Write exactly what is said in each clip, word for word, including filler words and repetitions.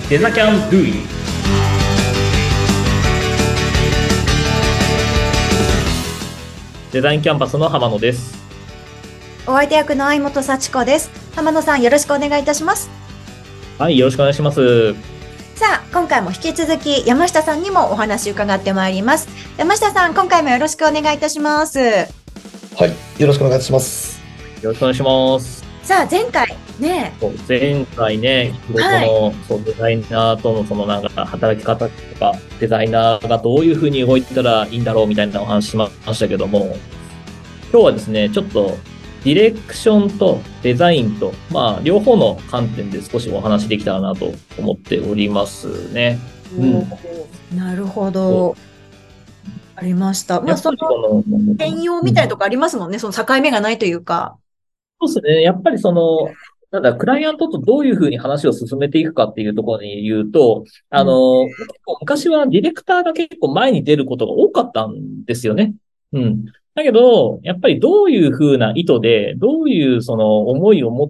デザキャンドゥイデザインキャンパスの浜野です。 お相手役の相本幸子です。浜野さん、よろしくお願いいたします。 はい、よろしくお願いします。 さあ、今回も引き続き山下さんにもお話伺ってまいります。山下さん、今回もよろしくお願いいたします。 はい、よろしくお願いします。 よろしくお願いします。 さあ、前回ね、 前回ね、仕事の、はい、そうデザイナーとのそのなんか働き方とか、デザイナーがどういうふうに動いたらいいんだろうみたいなお話しましたけども、今日はですね、ちょっとディレクションとデザインと、まあ、両方の観点で少しお話できたらなと思っておりますね。 うん、なるほど。ありました。まあ、その転用みたいなとこありますもんね。うん、その境目がないというか。 そうですね。やっぱりその、ただ、クライアントとどういうふうに話を進めていくかっていうところに言うと、あの、うん、結構昔はディレクターが結構前に出ることが多かったんですよね。うん。だけど、やっぱりどういうふうな意図で、どういうその思いを持って、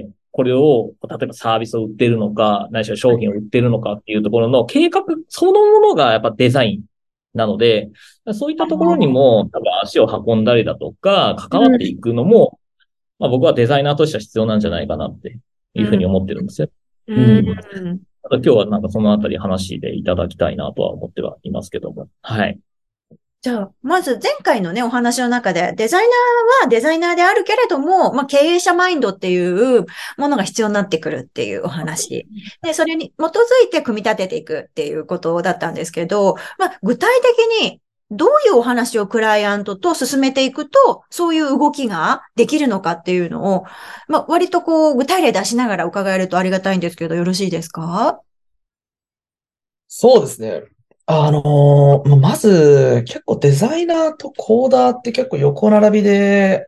これを、例えばサービスを売ってるのか、ないしは商品を売ってるのかっていうところの計画そのものがやっぱデザインなので、そういったところにも多分足を運んだりだとか、関わっていくのも、まあ、僕はデザイナーとしては必要なんじゃないかなっていうふうに思ってるんですよ。うん。うん、あと今日はなんかそのあたり話でいただきたいなとは思ってはいますけども。はい。 じゃあ、まず前回のね、お話の中で、デザイナーはデザイナーであるけれども、まあ、経営者マインドっていうものが必要になってくるっていうお話。で、それに基づいて組み立てていくっていうことだったんですけど、まあ、具体的にどういうお話をクライアントと進めていくと、そういう動きができるのかっていうのを、まあ、割とこう、具体例出しながら伺えるとありがたいんですけど、よろしいですか？ そうですね。あのー、まず、結構デザイナーとコーダーって結構横並びで、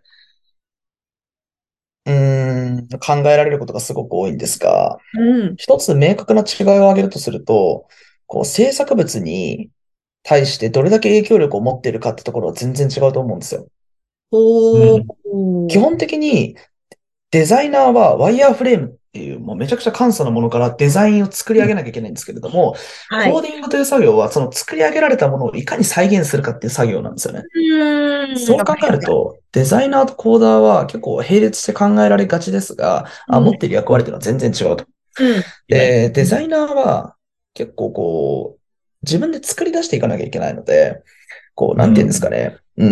うーん、考えられることがすごく多いんですが、 うん、 一つ明確な違いを挙げるとすると、こう制作物に対してどれだけ影響力を持っているかってところは全然違うと思うんですよ。 ほー。 基本的にデザイナーはワイヤーフレームっていうもうめちゃくちゃ簡素なものからデザインを作り上げなきゃいけないんですけれども、 はい、 コーディングという作業はその作り上げられたものをいかに再現するかっていう作業なんですよね。そう考えると、デザイナーとコーダーは結構並列して考えられがちですが、あ、持っている役割というのは全然違うと。 うん、 で、デザイナーは結構こう、自分で作り出していかなきゃいけないので、こう、なんていうんですかね。うん、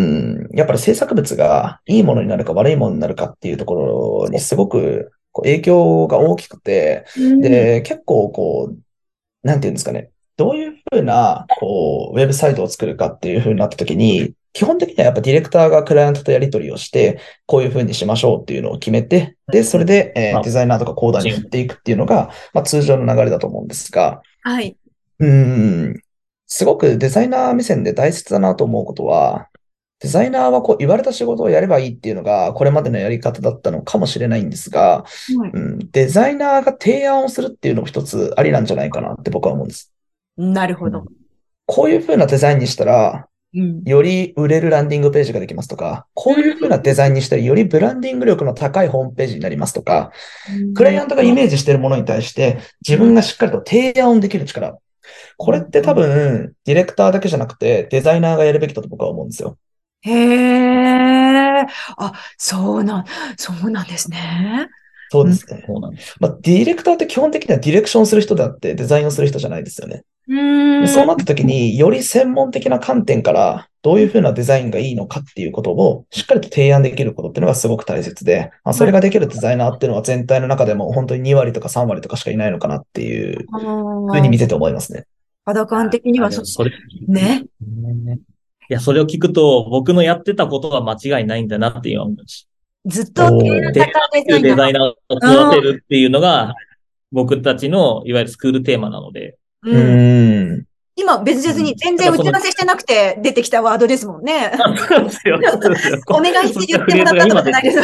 やっぱり制作物がいいものになるか悪いものになるかっていうところにすごくこう影響が大きくて、で、結構こう、なんていうんですかね。どういうふうな、こう、ウェブサイトを作るかっていうふうになった時に、基本的にはやっぱディレクターがクライアントとやり取りをして、こういうふうにしましょうっていうのを決めて、で、それで、えーデザイナーとかコーダーに振っていくっていうのが、まあ、通常の流れだと思うんですが、 はい。 うん、すごくデザイナー目線で大切だなと思うことは、デザイナーはこう言われた仕事をやればいいっていうのがこれまでのやり方だったのかもしれないんですが、 はい、 うん、デザイナーが提案をするっていうのも一つありなんじゃないかなって僕は思うんです。 なるほど。 こういう風なデザインにしたら、 うん、 より売れるランディングページができますとか、こういう風なデザインにしたらよりブランディング力の高いホームページになりますとか、クライアントがイメージしているものに対して自分がしっかりと提案できる力。これって多分、ディレクターだけじゃなくてデザイナーがやるべきだと僕は思うんですよ。 へえ。あ、そうなん、そうなんですね。 そうですね。まあ、ディレクターって基本的にはディレクションする人であってデザインをする人じゃないですよね。 うん、 そうなった時に、より専門的な観点からどういうふうなデザインがいいのかっていうことをしっかりと提案できることっていうのがすごく大切で、まあ、それができるデザイナーっていうのは全体の中でも本当にに割とかさん割とかしかいないのかなっていうふうに見てて思いますね。 肌感的にはそ、 それね。 いや、それを聞くと、僕のやってたことは間違いないんだなって今思いました。 ずっとデザイナーを育てるっていうのが、僕たちのいわゆるスクールテーマなので。 うん。今別に全然打ち合わせしてなくて出てきたワードですもんね。 そうですよ。 お願いして言ってもらったとかじゃないです。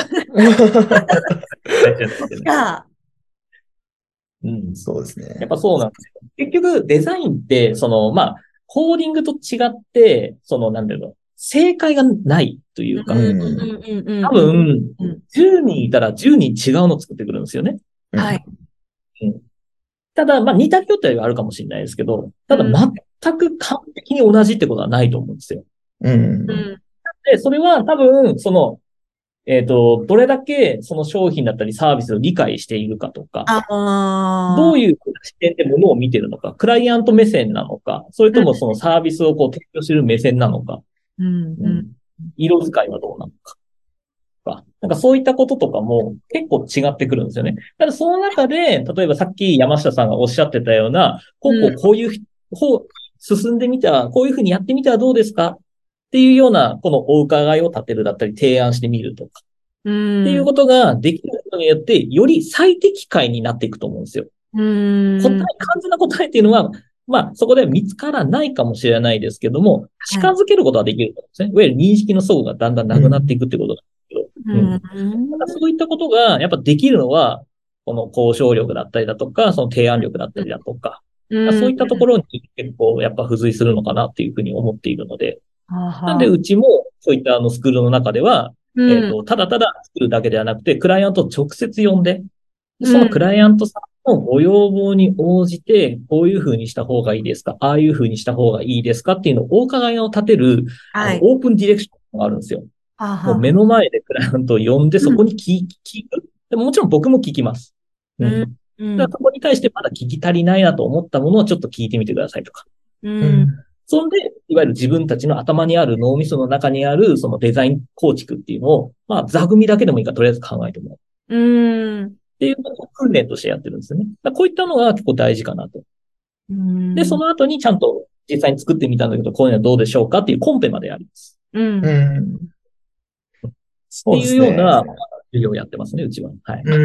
うん、そうですね。 やっぱそうなんですよ。結局デザインって、その、まあ、コーディングと違って、その、なんだろう、正解がないというか、多分、じゅうにんいたらじゅうにん違うのを作ってくるんですよね。 はい。 うん、 ただ、まあ似たり寄ったりはあるかもしれないですけど、ただうん全く完璧に同じってことはないと思うんですよ。 うん。 うん。 で、それは多分、その、えっと、どれだけその商品だったりサービスを理解しているかとか、 ああ。 どういう視点で物を見てるのか、クライアント目線なのか、それともそのサービスをこう提供している目線なのか、 うんうん。 色使いはどうなのか。か。なんかそういったこととかも結構違ってくるんですよね。ただその中で、例えばさっき山下さんがおっしゃってたような、こうこうこういう方、進んでみたら、こういうふうにやってみたらどうですかっていうような、このお伺いを立てるだったり、提案してみるとか、 うっていうこん。 とができることによって、より最適解になっていくと思うんですよ。 うん。 答え、完全な答えっていうのは、まあ、そこでは見つからないかもしれないですけども、近はい。 づけることはできると思うんですね。いわゆる認識の齟齬がだんだんなくなっていくってことなんですけど。 ううん。 ん。 ただそういったことが、やっぱできるのは、この交渉力だったりだとか、その提案力だったりだとか、 うん。 そういったところに結構やっぱ付随するのかなっていうふうに思っているので、 はなんでは。 うちもそういったあのスクールの中では、 うん。 えっと、ただただ作るだけではなくて、クライアントを直接呼んで、でそうん。 のクライアントさんのご要望に応じて、こういう風にした方がいいですか、ああいう風にした方がいいですかっていうのをお伺いを立てる、あの、 はい。 オープンディレクションがあるんですよ。 はは。 もう目の前でクライアントを呼んで、そうん。 こに聞聞く。でももちろん僕も聞きます。うん。 うん。 だかうん。 らそこに対してまだ聞き足りないなと思ったものをちょっと聞いてみてくださいとか。 うん。 うん。 そんで、いわゆる自分たちの頭にある脳みその中にあるそのデザイン構築っていうのを、まあ座組だけでもいいからとりあえず考えてもらう。 うん。 っていうのを訓練としてやってるんですよね。だからこういったのが結構大事かなと。 うで、そん。 の後にちゃんと実際に作ってみたんだけど、こういうのはどうでしょうかっていうコンペまでやります。 ううん。 ん。 ってそうでいうようなすね。 授業をやってますね、うちは。はい。 うん。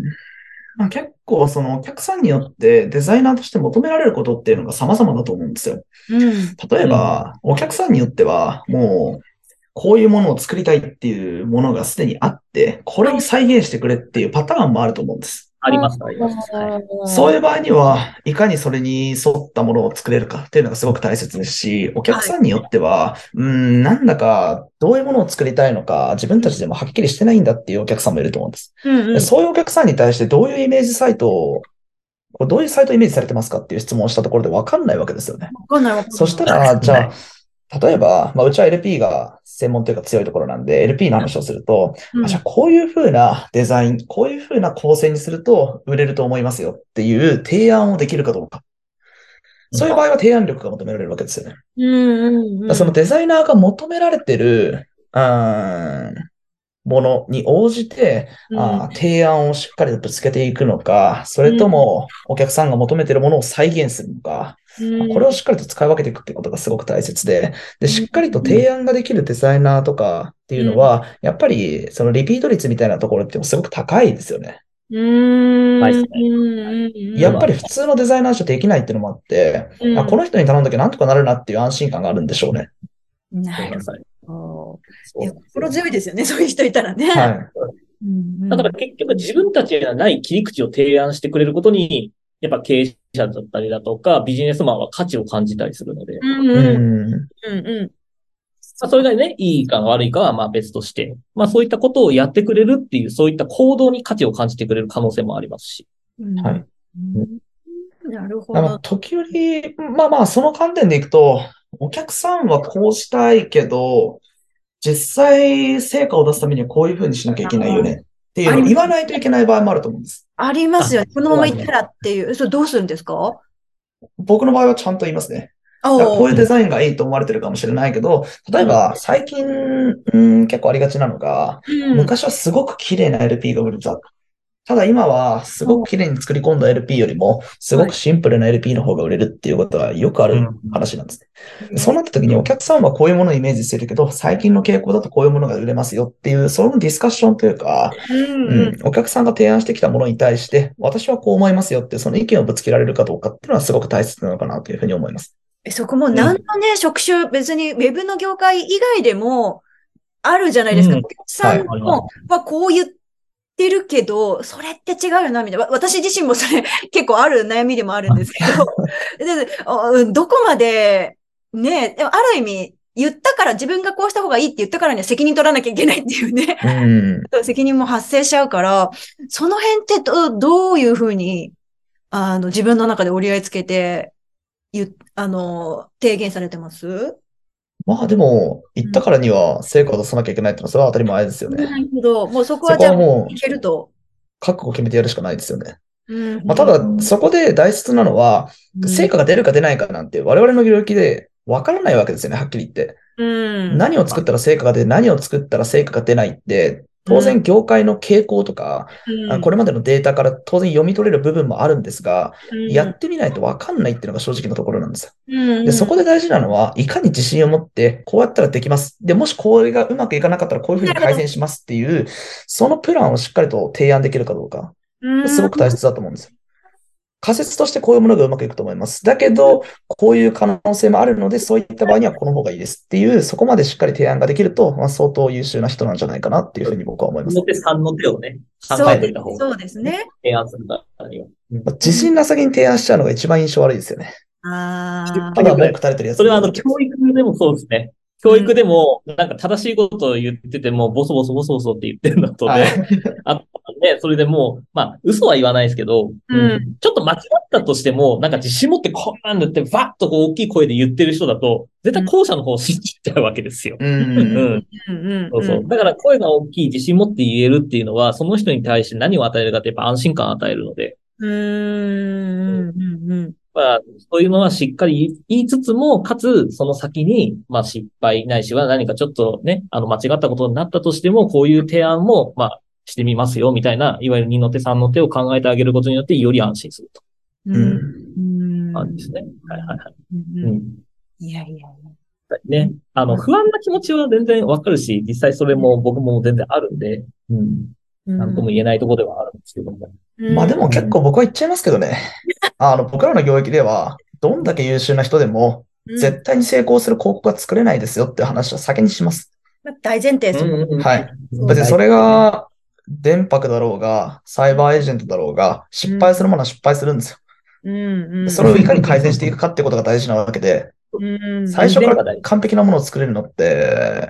まあ、結構そのお客さんによってデザイナーとして求められることっていうのが様々だと思うんですよ。 うん。 例えうん。 ば、お客さんによっては、もう、こういうものを作りたいっていうものがすでにあって、これに再現してくれっていうパターンもあると思うんです。 あります、あります。はい。 そういう場合には、いかにそれに沿ったものを作れるかっていうのがすごく大切ですし、お客はい。 さんによっては、うーん、なんだかどういうものを作りたいのか、自分たちでもはっきりしてないんだっていうお客さんもいると思うんです。 うんうん。 でそういうお客さんに対してどういうイメージサイトを、これどういうサイトをイメージされてますかっていう質問をしたところでわかんないわけですよね。 わかんないわかんそない。 したら、じはい。 ゃあ、例えば、まあ、うちは エルピー が専門というか強いところなんで、エルピー の話をすると、あ、じゃあうん。 こういう風なデザイン、こういう風な構成にすると売れると思いますよっていう提案をできるかどうか。 うん。 そういう場合は提案力が求められるわけですよね。だかうんうんうん。 らそのデザイナーが求められてる、うーん、ものに応じて、 うんあー、提案をしっかりとぶつけていくのか、それとうんもお客さんが求めているものを再現するのか、 うんこれをしっかりと使い分けていくってことがすごく大切で、で、 うんしっかりとうん。 提案ができるデザイナーとかっていううんのは、やっぱりそのリピート率みたいなところってもすごく高いですよね。 うんないですね。はい。そやっぱれは、 り普通のデザイナーじゃできないっていうのもあって、あ、こうん。 の人に頼んだけどなんとかなるなっていう安心感があるんでしょうね。 なるごめんなさい。 ほど。いや、 そうなんですよ。 心強いですよね、そういう人いたらね。 はい。 うんうだからん。 結局自分たちがない切り口を提案してくれることに、やっぱ経営者だったりだとか、ビジネスマンは価値を感じたりするので、 うんううん。 ん。 うんうん。 まあ、 そっか。 それがね、いいか悪いかはまあ別として、まあそういったことをやってくれるっていう、そういった行動に価値を感じてくれる可能性もありますし。 うんはい。 うんなるほあの、 ど。 時折、まあまあ、その観点でいくと、お客さんはこうしたいけど、実際成果を出すためにはこういうふうにしなきゃいけないよねっていうのをあります。 言わないといけない場合もあると思うんです。 ありまあ、 すよね。このそれはあります。 まま行ったらっていう。それどうするんですか？ 僕の場合はちゃんと言いますね。だからおー。 こういうデうん。 ザインがいいと思われてるかもしれないけど、例えうん。 ば最近、うん、結構ありがちなのが、 うん。 昔はすごく綺麗な エルピー が売れた。ただ今はすごおく綺麗に作り込んだ エルピー よりも、すごくはい。 シンプルな エルピー の方が売れるっていうことはよくあるうん。 話なんですね。そうね。 なった時におうん。 客さんはこういうものをイメージしてるけど、最近の傾向だとこういうものが売れますよっていう、そのディスカッションというか、 うんうん。 うん、お客さんが提案してきたものに対して、私はこう思いますよってその意見をぶつけられるかどうかっていうのはすごく大切なのかなというふうに思います。 えそこもうん。 何のね、職種、別にウェブの業界以外でもあるじゃないですか。 うん。 お客さんはい。 あります。 もはこう言ってるけど、それって違うよな、みたいな。わ私自身もそれ結構ある悩みでもあるんですけど、であどこまで、ね、でもある意味、言ったから自分がこうした方がいいって言ったからには責任取らなきゃいけないっていうね、 うん。 責任も発生しちゃうから、その辺ってどどういうふうにあの、自分の中で折り合いつけて、ゆ、あの、提言されてます？ まあでも、言ったからには成果を出さなきゃいけないってのは、それは当たり前ですよなね。 るほど。もうそこそこはじゃあ、 はもう、 いけると。 覚悟を決めてやるしかないですよね。 うん。 まあ、ただ、そこで大切なのは、成果が出るか出ないかなんて、我々の領域で分からないわけですよね、はっきり言って。 うん。 何を作ったら成果が出、何を作ったら成果が出ないって、当然業界の傾向とか、 うん、 これまでのデータから当然読み取れる部分もあるんですが、 うん、 やってみないと分かんないっていうのが正直なところなんですよ。 うん、 で、そこで大事なのは、いかに自信を持って、こうやったらできます。で、もしこれがうまくいかなかったらこういうふうに改善しますっていう、そのプランをしっかりと提案できるかどうか。すごく大切だと思うんですよ。仮説としてこういうものがうまくいくと思います。だけど、こういう可能性もあるので、そういった場合にはこの方がいいですっていう、そこまでしっかり提案ができると、まあ、相当優秀な人なんじゃないかなっていうふうに僕は思います。 の手さんの手をね、考そうでえておいた方が、 そうですね。 提案するからには。うん自信なさげに提案しちゃうのが一番印象悪いですよね。 あただ文句垂れてるやつ。 それはあの、教育でもそうですね。教育でも、なんか正しいことを言ってても、ボソボソボソボソって言ってるのとで、 はいあとね、それでもう、まあ、嘘は言わないですけど、 うんちょっと間違ったとしても、なんか自信持ってこんなんだって、バッとこう大きい声で言ってる人だと、絶対後者の方を信じちゃうわけですよ。 う。 うんん。 うんうんそうそう。だから声が大きい、自信持って言えるっていうのは、その人に対して何を与えるかってやっぱ安心感を与えるので、 うんうんうんうんまあ、そういうのはしっかり言いつつも、かつ、その先に、まあ失敗ないしは何かちょっとね、あの間違ったことになったとしても、こういう提案も、まあ、してみますよ、みたいな、いわゆる二の手三の手を考えてあげることによって、より安心すると。 うんうん感じですね。はいはいはい。 うんうん。 いやいやいや。 ね。あの、不安な気持ちは全然わかるし、実際それも僕も全然あるんで、うん。なんとも言えないところではあるんですけども。 まあでも結構僕は言っちゃいますけどね。あの、僕らの領域では、どんだけ優秀な人でも、絶対に成功する広告が作れないですよっていう話は先にします。 大前提ですもん。 はい。別にそれが、電白だろうが、サイバーエージェントだろうが、失敗するものは失敗するんですよ。 うんうん、 それをいかに改善していくかってことが大事なわけで、 うん、 最初から完璧なものを作れるのって、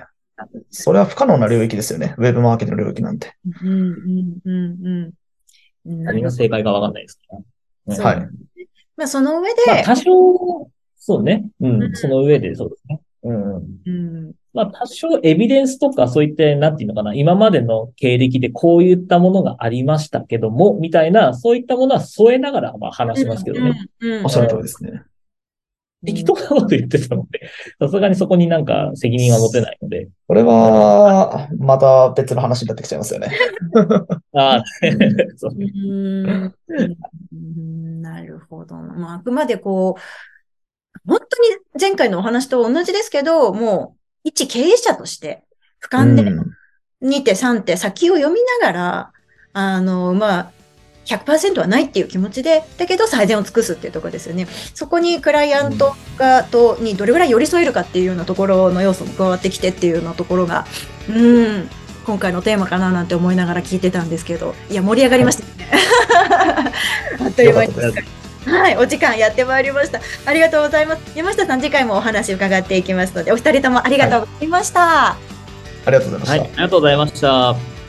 それは不可能な領域ですよね。ウェブマーケティングの領域なんて。 うんうんうんうん、 何が正解かわかんないですから。 そうはい。 まあその上で、 まあ多少、そうね。うん。その上でそうですね。うん。うんまあ、多少エビデンスとかそういった、なんていうのかな、今までの経歴でこういったものがありましたけども、みたいな、そういったものは添えながら、まあ話しますけどね。 おっしゃる通りですね。 適当なこと言ってたので、さすがにそこになんか責任は持てないので。 これは、また別の話になってきちゃいますよね。 ああ、 そううんなるほど。まあ、あくまでこう、本当に前回のお話と同じですけど、もう、一経営者として、俯瞰でに手さん手先を読みながら、あの、まあ、ひゃくパーセント はないっていう気持ちで、だけど最善を尽くすっていうところですよね。そこにクライアントが、と、にどれぐらい寄り添えるかっていうようなところの要素も加わってきてっていうようなところが、うん、今回のテーマかななんて思いながら聞いてたんですけど、いや、盛り上がりましたね。あっという間に。はい、お時間やってまいりました。ありがとうございます。山下さん、次回もお話伺っていきますので、お二人ともありがとうございました。 はい、ありがとうございました。 はい、ありがとうございました。